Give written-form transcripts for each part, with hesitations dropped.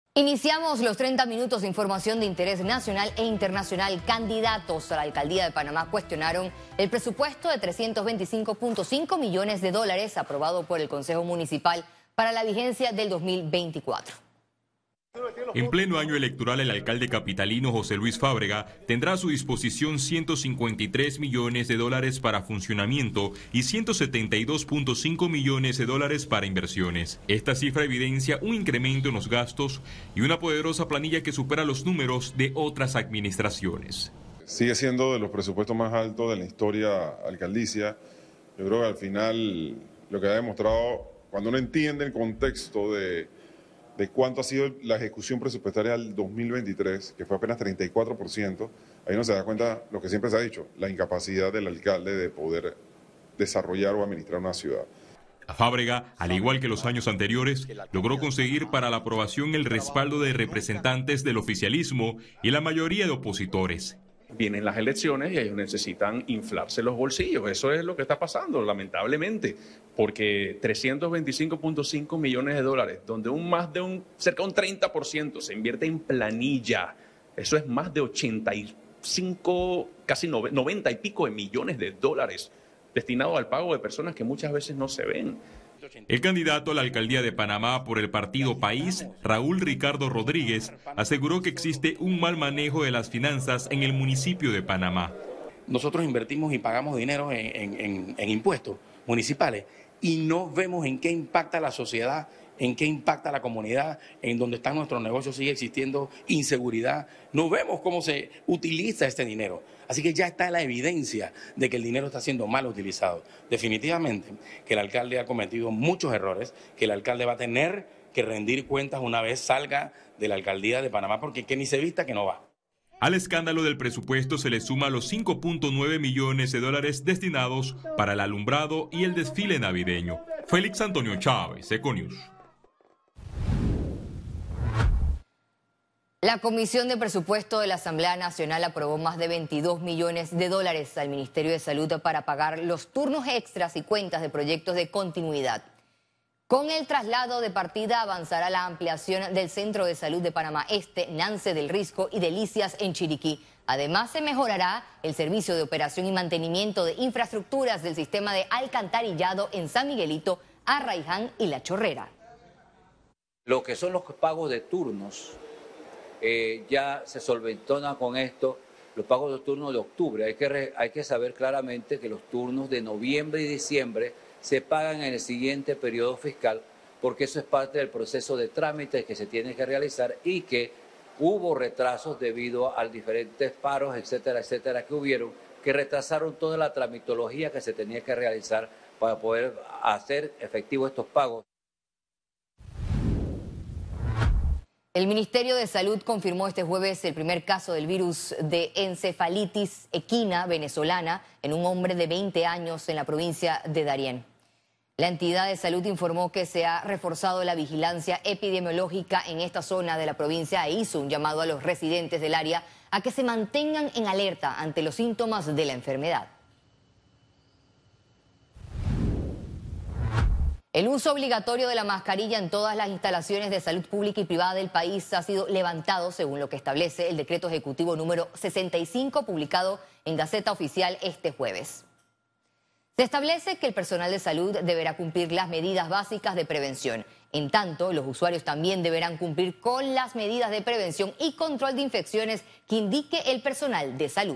Iniciamos los 30 minutos de información de interés nacional e internacional. Candidatos a la alcaldía de Panamá cuestionaron el presupuesto de 325.5 millones de dólares aprobado por el Consejo Municipal para la vigencia del 2024. En pleno año electoral, el alcalde capitalino José Luis Fábrega tendrá a su disposición 153 millones de dólares para funcionamiento y 172.5 millones de dólares para inversiones. Esta cifra evidencia un incremento en los gastos y una poderosa planilla que supera los números de otras administraciones. Sigue siendo de los presupuestos más altos de la historia alcaldicia. Yo creo que al final lo que ha demostrado, cuando uno entiende el contexto de cuánto ha sido la ejecución presupuestaria del 2023, que fue apenas 34%, ahí uno se da cuenta lo que siempre se ha dicho, la incapacidad del alcalde de poder desarrollar o administrar una ciudad. Fábrega, al igual que los años anteriores, logró conseguir para la aprobación el respaldo de representantes del oficialismo y la mayoría de opositores. Vienen las elecciones y ellos necesitan inflarse los bolsillos. Eso es lo que está pasando, lamentablemente, porque 325.5 millones de dólares, donde cerca de un 30% se invierte en planilla. Eso es más de 85, casi 90 y pico de millones de dólares destinados al pago de personas que muchas veces no se ven. El candidato a la alcaldía de Panamá por el partido País, Raúl Ricardo Rodríguez, aseguró que existe un mal manejo de las finanzas en el municipio de Panamá. Nosotros invertimos y pagamos dinero en impuestos municipales y no vemos en qué impacta la sociedad, en qué impacta la comunidad, en donde están nuestros negocios sigue existiendo inseguridad. No vemos cómo se utiliza este dinero. Así que ya está la evidencia de que el dinero está siendo mal utilizado. Definitivamente que el alcalde ha cometido muchos errores, que el alcalde va a tener que rendir cuentas una vez salga de la alcaldía de Panamá, porque que ni se vista que no va. Al escándalo del presupuesto se le suma los 5.9 millones de dólares destinados para el alumbrado y el desfile navideño. Félix Antonio Chávez, Econius. La Comisión de Presupuesto de la Asamblea Nacional aprobó más de 22 millones de dólares al Ministerio de Salud para pagar los turnos extras y cuentas de proyectos de continuidad. Con el traslado de partida avanzará la ampliación del Centro de Salud de Panamá Este, Nance del Risco y Delicias en Chiriquí. Además, se mejorará el servicio de operación y mantenimiento de infraestructuras del sistema de alcantarillado en San Miguelito, Arraiján y La Chorrera. Lo que son los pagos de turnos, ya se solventona con esto, los pagos de turnos de octubre. Hay que saber claramente que los turnos de noviembre y diciembre se pagan en el siguiente periodo fiscal, porque eso es parte del proceso de trámites que se tiene que realizar y que hubo retrasos debido a diferentes paros, etcétera, etcétera, que hubieron, que retrasaron toda la tramitología que se tenía que realizar para poder hacer efectivos estos pagos. El Ministerio de Salud confirmó este jueves el primer caso del virus de encefalitis equina venezolana en un hombre de 20 años en la provincia de Darién. La entidad de salud informó que se ha reforzado la vigilancia epidemiológica en esta zona de la provincia e hizo un llamado a los residentes del área a que se mantengan en alerta ante los síntomas de la enfermedad. El uso obligatorio de la mascarilla en todas las instalaciones de salud pública y privada del país ha sido levantado según lo que establece el decreto ejecutivo número 65 publicado en Gaceta Oficial este jueves. Se establece que el personal de salud deberá cumplir las medidas básicas de prevención. En tanto, los usuarios también deberán cumplir con las medidas de prevención y control de infecciones que indique el personal de salud.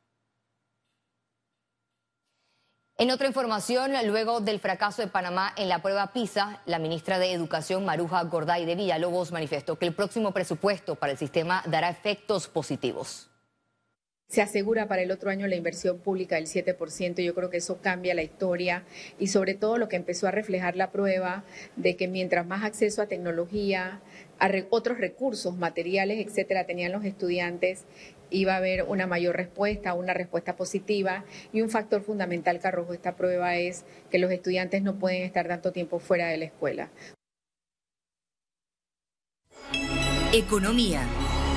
En otra información, luego del fracaso de Panamá en la prueba PISA, la ministra de Educación, Maruja Gorday de Villalobos, manifestó que el próximo presupuesto para el sistema dará efectos positivos. Se asegura para el otro año la inversión pública del 7%, yo creo que eso cambia la historia y sobre todo lo que empezó a reflejar la prueba de que mientras más acceso a tecnología, a otros recursos materiales, etcétera, tenían los estudiantes, iba a haber una mayor respuesta, una respuesta positiva y un factor fundamental que arrojó esta prueba es que los estudiantes no pueden estar tanto tiempo fuera de la escuela. Economía.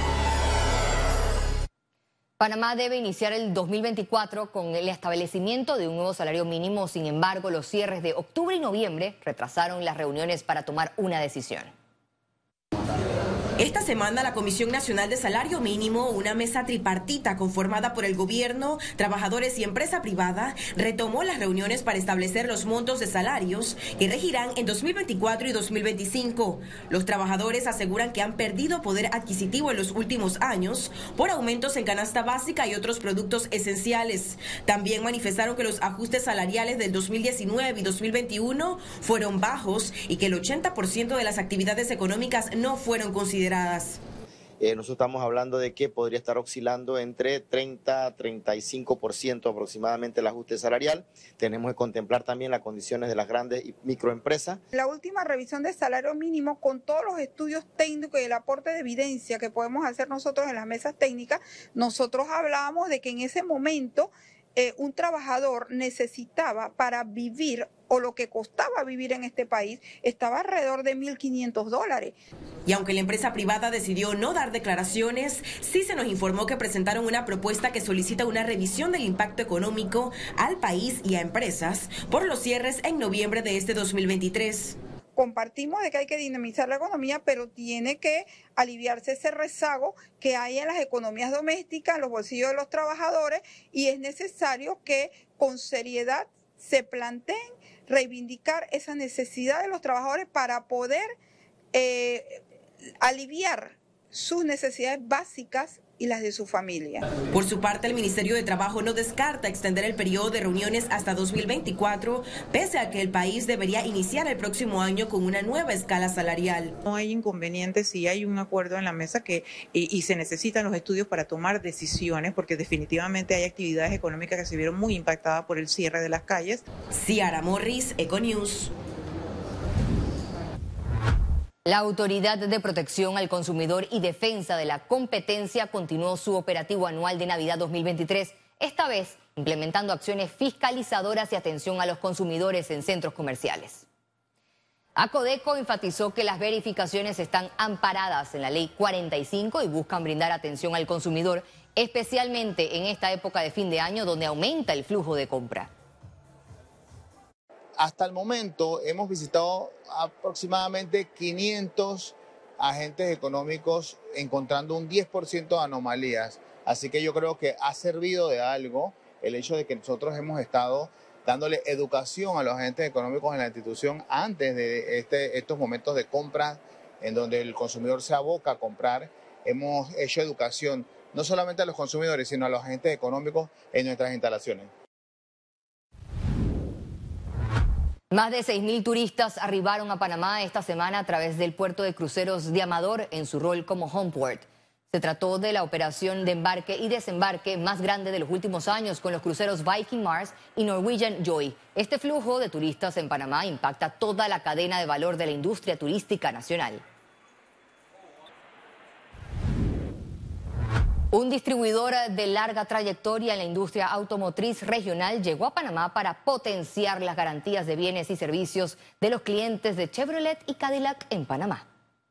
Panamá debe iniciar el 2024 con el establecimiento de un nuevo salario mínimo. Sin embargo, los cierres de octubre y noviembre retrasaron las reuniones para tomar una decisión. Esta semana la Comisión Nacional de Salario Mínimo, una mesa tripartita conformada por el gobierno, trabajadores y empresa privada, retomó las reuniones para establecer los montos de salarios que regirán en 2024 y 2025. Los trabajadores aseguran que han perdido poder adquisitivo en los últimos años por aumentos en canasta básica y otros productos esenciales. También manifestaron que los ajustes salariales del 2019 y 2021 fueron bajos y que el 80% de las actividades económicas no fueron consideradas. Nosotros estamos hablando de que podría estar oscilando entre 30 a 35% aproximadamente el ajuste salarial. Tenemos que contemplar también las condiciones de las grandes y microempresas. La última revisión del salario mínimo, con todos los estudios técnicos y el aporte de evidencia que podemos hacer nosotros en las mesas técnicas, nosotros hablábamos de que en ese momento un trabajador necesitaba para vivir, o lo que costaba vivir en este país, estaba alrededor de $1,500. Y aunque la empresa privada decidió no dar declaraciones, sí se nos informó que presentaron una propuesta que solicita una revisión del impacto económico al país y a empresas por los cierres en noviembre de este 2023. Compartimos de que hay que dinamizar la economía, pero tiene que aliviarse ese rezago que hay en las economías domésticas, en los bolsillos de los trabajadores, y es necesario que con seriedad se planteen reivindicar esa necesidad de los trabajadores para poder aliviar sus necesidades básicas y las de su familia. Por su parte, el Ministerio de Trabajo no descarta extender el periodo de reuniones hasta 2024, pese a que el país debería iniciar el próximo año con una nueva escala salarial. No hay inconveniente si hay un acuerdo en la mesa y se necesitan los estudios para tomar decisiones, porque definitivamente hay actividades económicas que se vieron muy impactadas por el cierre de las calles. Ciara Morris, Econews. La Autoridad de Protección al Consumidor y Defensa de la Competencia continuó su operativo anual de Navidad 2023, esta vez implementando acciones fiscalizadoras y atención a los consumidores en centros comerciales. Acodeco enfatizó que las verificaciones están amparadas en la Ley 45 y buscan brindar atención al consumidor, especialmente en esta época de fin de año donde aumenta el flujo de compra. Hasta el momento hemos visitado aproximadamente 500 agentes económicos encontrando un 10% de anomalías. Así que yo creo que ha servido de algo el hecho de que nosotros hemos estado dándole educación a los agentes económicos en la institución antes de estos momentos de compra en donde el consumidor se aboca a comprar. Hemos hecho educación no solamente a los consumidores, sino a los agentes económicos en nuestras instalaciones. Más de 6.000 turistas arribaron a Panamá esta semana a través del puerto de cruceros de Amador en su rol como homeport. Se trató de la operación de embarque y desembarque más grande de los últimos años con los cruceros Viking Mars y Norwegian Joy. Este flujo de turistas en Panamá impacta toda la cadena de valor de la industria turística nacional. Un distribuidor de larga trayectoria en la industria automotriz regional llegó a Panamá para potenciar las garantías de bienes y servicios de los clientes de Chevrolet y Cadillac en Panamá.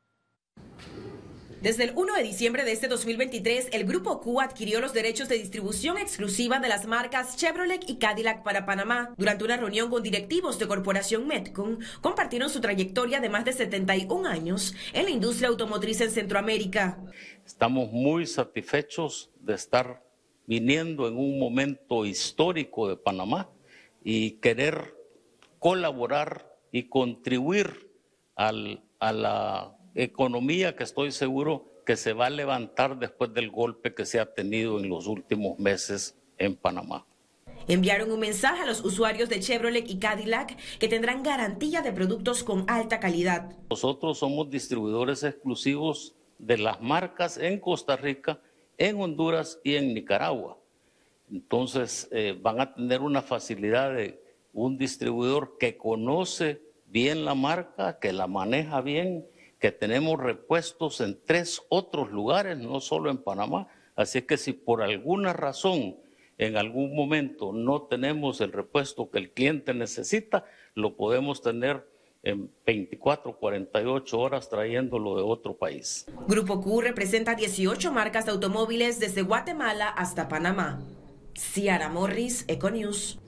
Desde el 1 de diciembre de este 2023, el Grupo Q adquirió los derechos de distribución exclusiva de las marcas Chevrolet y Cadillac para Panamá. Durante una reunión con directivos de Corporación Metcon, compartieron su trayectoria de más de 71 años en la industria automotriz en Centroamérica. Estamos muy satisfechos de estar viniendo en un momento histórico de Panamá y querer colaborar y contribuir a la economía que estoy seguro que se va a levantar después del golpe que se ha tenido en los últimos meses en Panamá. Enviaron un mensaje a los usuarios de Chevrolet y Cadillac que tendrán garantía de productos con alta calidad. Nosotros somos distribuidores exclusivos de las marcas en Costa Rica, en Honduras y en Nicaragua. Entonces van a tener una facilidad de un distribuidor que conoce bien la marca, que la maneja bien, que tenemos repuestos en 3 otros lugares, no solo en Panamá. Así que si por alguna razón en algún momento no tenemos el repuesto que el cliente necesita, lo podemos tener en 24, 48 horas trayéndolo de otro país. Grupo Q representa 18 marcas de automóviles desde Guatemala hasta Panamá. Ciara Morris, Econews.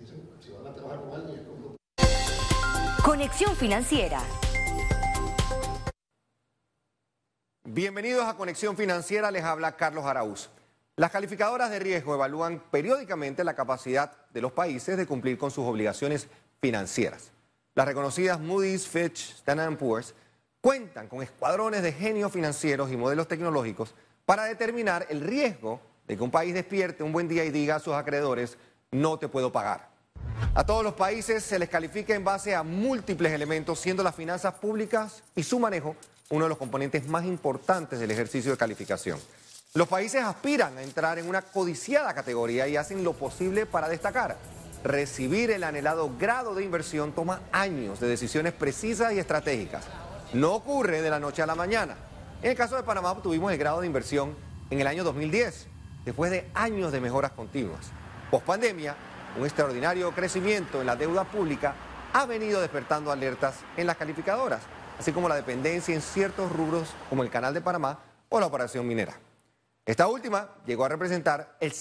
Conexión Financiera. Bienvenidos a Conexión Financiera, les habla Carlos Araúz. Las calificadoras de riesgo evalúan periódicamente la capacidad de los países de cumplir con sus obligaciones financieras. Las reconocidas Moody's, Fitch, Standard & Poor's cuentan con escuadrones de genios financieros y modelos tecnológicos para determinar el riesgo de que un país despierte un buen día y diga a sus acreedores, no te puedo pagar. A todos los países se les califica en base a múltiples elementos, siendo las finanzas públicas y su manejo uno de los componentes más importantes del ejercicio de calificación. Los países aspiran a entrar en una codiciada categoría y hacen lo posible para destacar. Recibir el anhelado grado de inversión toma años de decisiones precisas y estratégicas. No ocurre de la noche a la mañana. En el caso de Panamá obtuvimos el grado de inversión en el año 2010, después de años de mejoras continuas. Pospandemia, un extraordinario crecimiento en la deuda pública ha venido despertando alertas en las calificadoras, así como la dependencia en ciertos rubros como el Canal de Panamá o la operación minera. Esta última llegó a representar el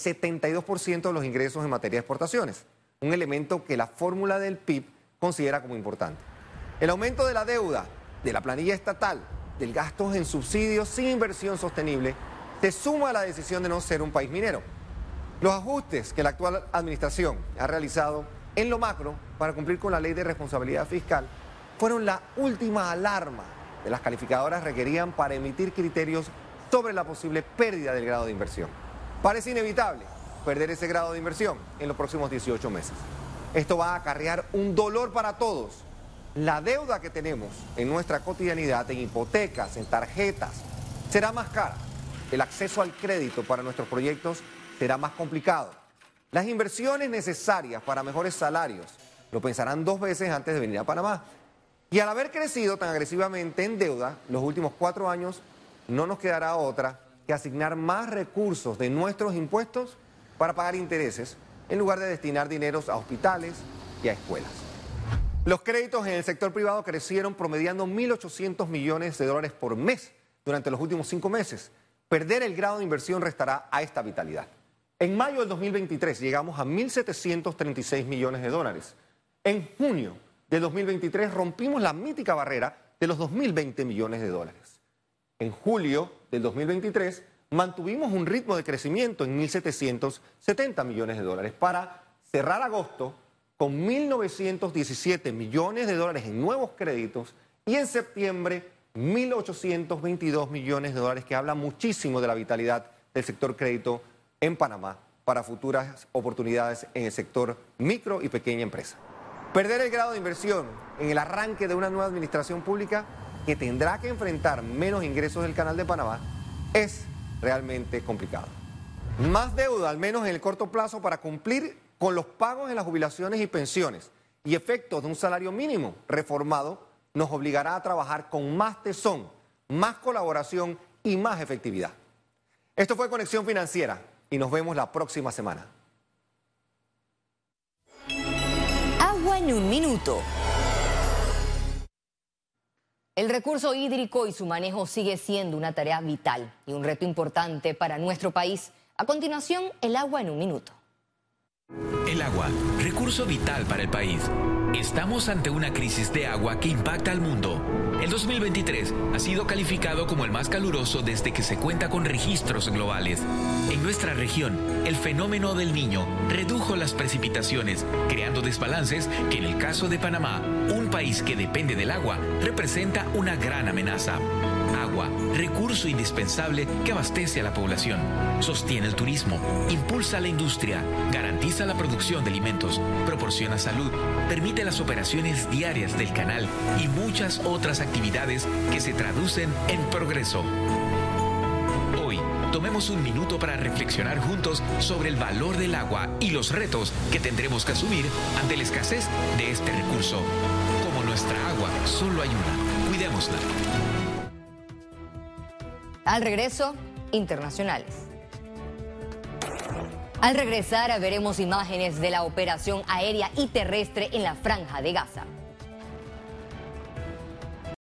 72% de los ingresos en materia de exportaciones, un elemento que la fórmula del PIB considera como importante. El aumento de la deuda, de la planilla estatal, del gasto en subsidios sin inversión sostenible, se suma a la decisión de no ser un país minero. Los ajustes que la actual administración ha realizado en lo macro para cumplir con la ley de responsabilidad fiscal fueron la última alarma que las calificadoras requerían para emitir criterios sobre la posible pérdida del grado de inversión. Parece inevitable perder ese grado de inversión en los próximos 18 meses. Esto va a acarrear un dolor para todos. La deuda que tenemos en nuestra cotidianidad, en hipotecas, en tarjetas, será más cara. El acceso al crédito para nuestros proyectos será más complicado. Las inversiones necesarias para mejores salarios lo pensarán 2 veces antes de venir a Panamá. Y al haber crecido tan agresivamente en deuda los últimos 4 años, no nos quedará otra que asignar más recursos de nuestros impuestos para pagar intereses, en lugar de destinar dineros a hospitales y a escuelas. Los créditos en el sector privado crecieron promediando 1.800 millones de dólares por mes durante los últimos 5 meses. Perder el grado de inversión restará a esta vitalidad. En mayo del 2023 llegamos a 1.736 millones de dólares. En junio del 2023 rompimos la mítica barrera de los 2.020 millones de dólares. En julio del 2023 mantuvimos un ritmo de crecimiento en 1.770 millones de dólares para cerrar agosto con 1.917 millones de dólares en nuevos créditos y en septiembre 1.822 millones de dólares, que habla muchísimo de la vitalidad del sector crédito en Panamá para futuras oportunidades en el sector micro y pequeña empresa. Perder el grado de inversión en el arranque de una nueva administración pública que tendrá que enfrentar menos ingresos del Canal de Panamá es realmente complicado. Más deuda, al menos en el corto plazo, para cumplir con los pagos en las jubilaciones y pensiones y efectos de un salario mínimo reformado nos obligará a trabajar con más tesón, más colaboración y más efectividad. Esto fue Conexión Financiera y nos vemos la próxima semana. Agua en un minuto. El recurso hídrico y su manejo sigue siendo una tarea vital y un reto importante para nuestro país. A continuación, el agua en un minuto. El agua, recurso vital para el país. Estamos ante una crisis de agua que impacta al mundo. El 2023 ha sido calificado como el más caluroso desde que se cuenta con registros globales. En nuestra región, el fenómeno del Niño redujo las precipitaciones, creando desbalances que en el caso de Panamá, un país que depende del agua, representa una gran amenaza. Agua, recurso indispensable que abastece a la población, sostiene el turismo, impulsa la industria, garantiza la producción de alimentos, proporciona salud, permite las operaciones diarias del canal y muchas otras actividades que se traducen en progreso. Hoy, tomemos un minuto para reflexionar juntos sobre el valor del agua y los retos que tendremos que asumir ante la escasez de este recurso. Como nuestra agua solo hay una, cuidémosla. Al regreso, internacionales. Al regresar veremos imágenes de la operación aérea y terrestre en la Franja de Gaza.